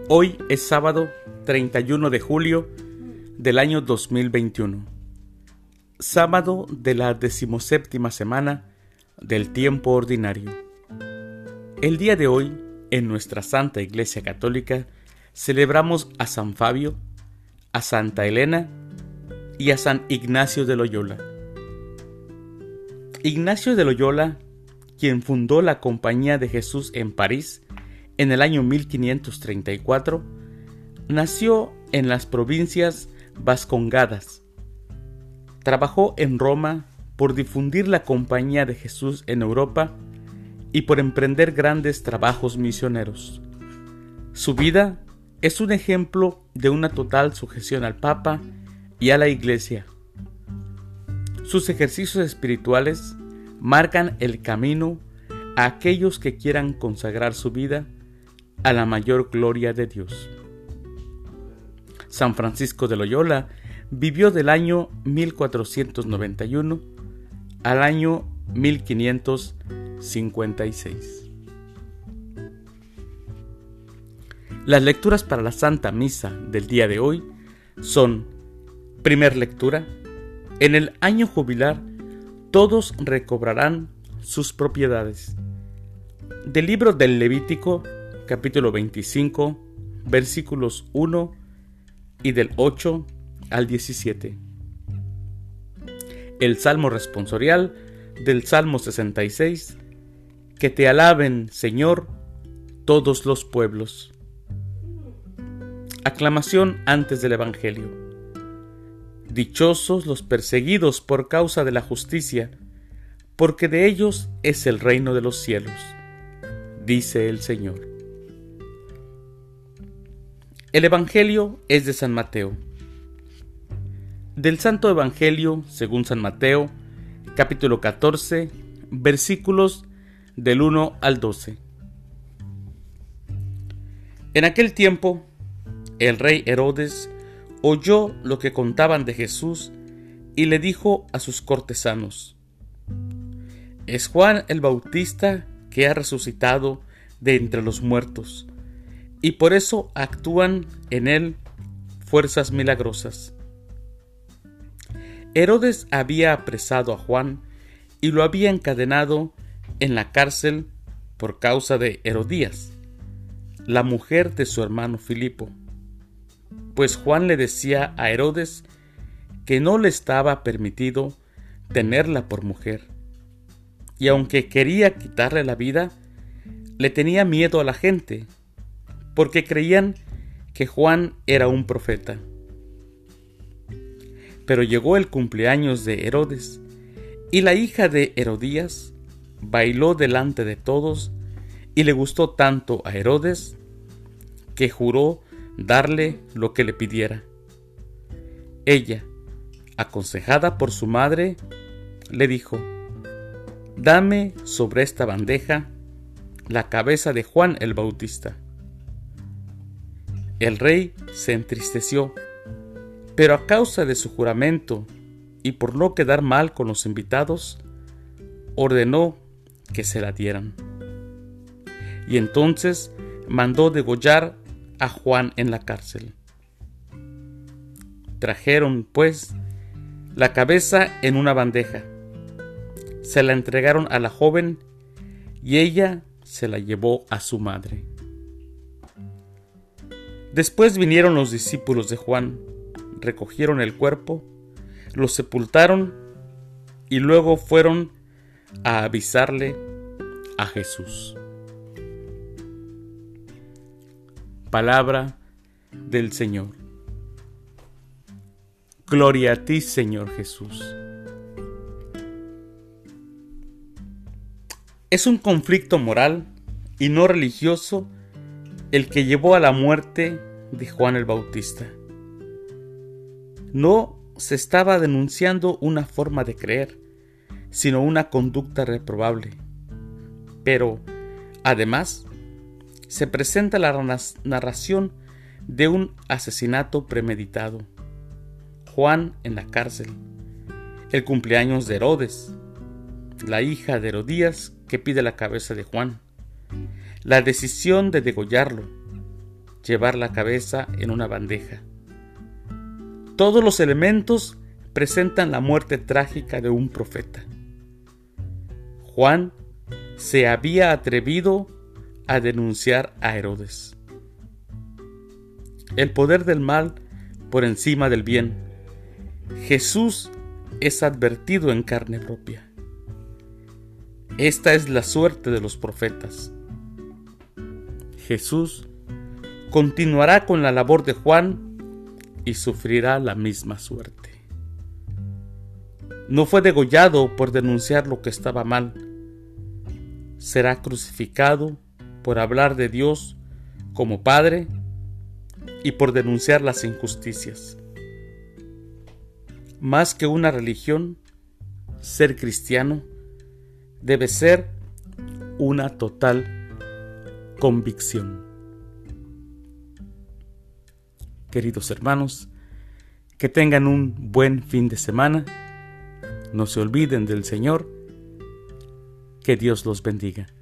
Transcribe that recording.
Hoy es sábado 31 de julio del año 2021, sábado de la 17ª semana del tiempo ordinario. El día de hoy, en nuestra Santa Iglesia Católica, celebramos a San Fabio, a Santa Elena y a San Ignacio de Loyola. Ignacio de Loyola, quien fundó la Compañía de Jesús en París en el año 1534, nació en las provincias vascongadas. Trabajó en Roma por difundir la Compañía de Jesús en Europa y por emprender grandes trabajos misioneros. Su vida es un ejemplo de una total sujeción al Papa y a la Iglesia. Sus ejercicios espirituales marcan el camino a aquellos que quieran consagrar su vida a la mayor gloria de Dios. San Francisco de Loyola vivió del año 1491 al año 1556. Las lecturas para la Santa Misa del día de hoy son: primer lectura, en el año jubilar todos recobrarán sus propiedades. Del libro del Levítico, capítulo 25, versículos 1 y del 8 al 17. El Salmo responsorial del Salmo 66, que te alaben, Señor, todos los pueblos. Aclamación antes del Evangelio. Dichosos los perseguidos por causa de la justicia, porque de ellos es el reino de los cielos, dice el Señor. El Evangelio es de San Mateo. Del Santo Evangelio según San Mateo, capítulo 14, versículos del 1 al 12. En aquel tiempo, el rey Herodes oyó lo que contaban de Jesús y le dijo a sus cortesanos: «Es Juan el Bautista que ha resucitado de entre los muertos, y por eso actúan en él fuerzas milagrosas». Herodes había apresado a Juan y lo había encadenado en la cárcel por causa de Herodías, la mujer de su hermano Filipo, pues Juan le decía a Herodes que no le estaba permitido tenerla por mujer, y aunque quería quitarle la vida, le tenía miedo a la gente, porque creían que Juan era un profeta. Pero llegó el cumpleaños de Herodes, y la hija de Herodías bailó delante de todos, y le gustó tanto a Herodes que juró darle lo que le pidiera. Ella, aconsejada por su madre, le dijo: «Dame sobre esta bandeja la cabeza de Juan el Bautista». El rey se entristeció, pero a causa de su juramento y por no quedar mal con los invitados, ordenó que se la dieran. Y entonces mandó degollar a Juan en la cárcel. Trajeron, pues, la cabeza en una bandeja, se la entregaron a la joven y ella se la llevó a su madre. Después vinieron los discípulos de Juan, recogieron el cuerpo, lo sepultaron y luego fueron a avisarle a Jesús. Palabra del Señor. Gloria a ti, Señor Jesús. Es un conflicto moral y no religioso el que llevó a la muerte de Juan el Bautista. No se estaba denunciando una forma de creer, sino una conducta reprobable. Pero, además, se presenta la narración de un asesinato premeditado. Juan en la cárcel, el cumpleaños de Herodes, la hija de Herodías que pide la cabeza de Juan, la decisión de degollarlo, llevar la cabeza en una bandeja. Todos los elementos presentan la muerte trágica de un profeta. Juan se había atrevido a denunciar a Herodes. El poder del mal por encima del bien. Jesús es advertido en carne propia. Esta es la suerte de los profetas. Jesús continuará con la labor de Juan y sufrirá la misma suerte. No fue degollado por denunciar lo que estaba mal. Será crucificado por hablar de Dios como Padre y por denunciar las injusticias. Más que una religión, ser cristiano debe ser una total convicción. Queridos hermanos, que tengan un buen fin de semana. No se olviden del Señor. Que Dios los bendiga.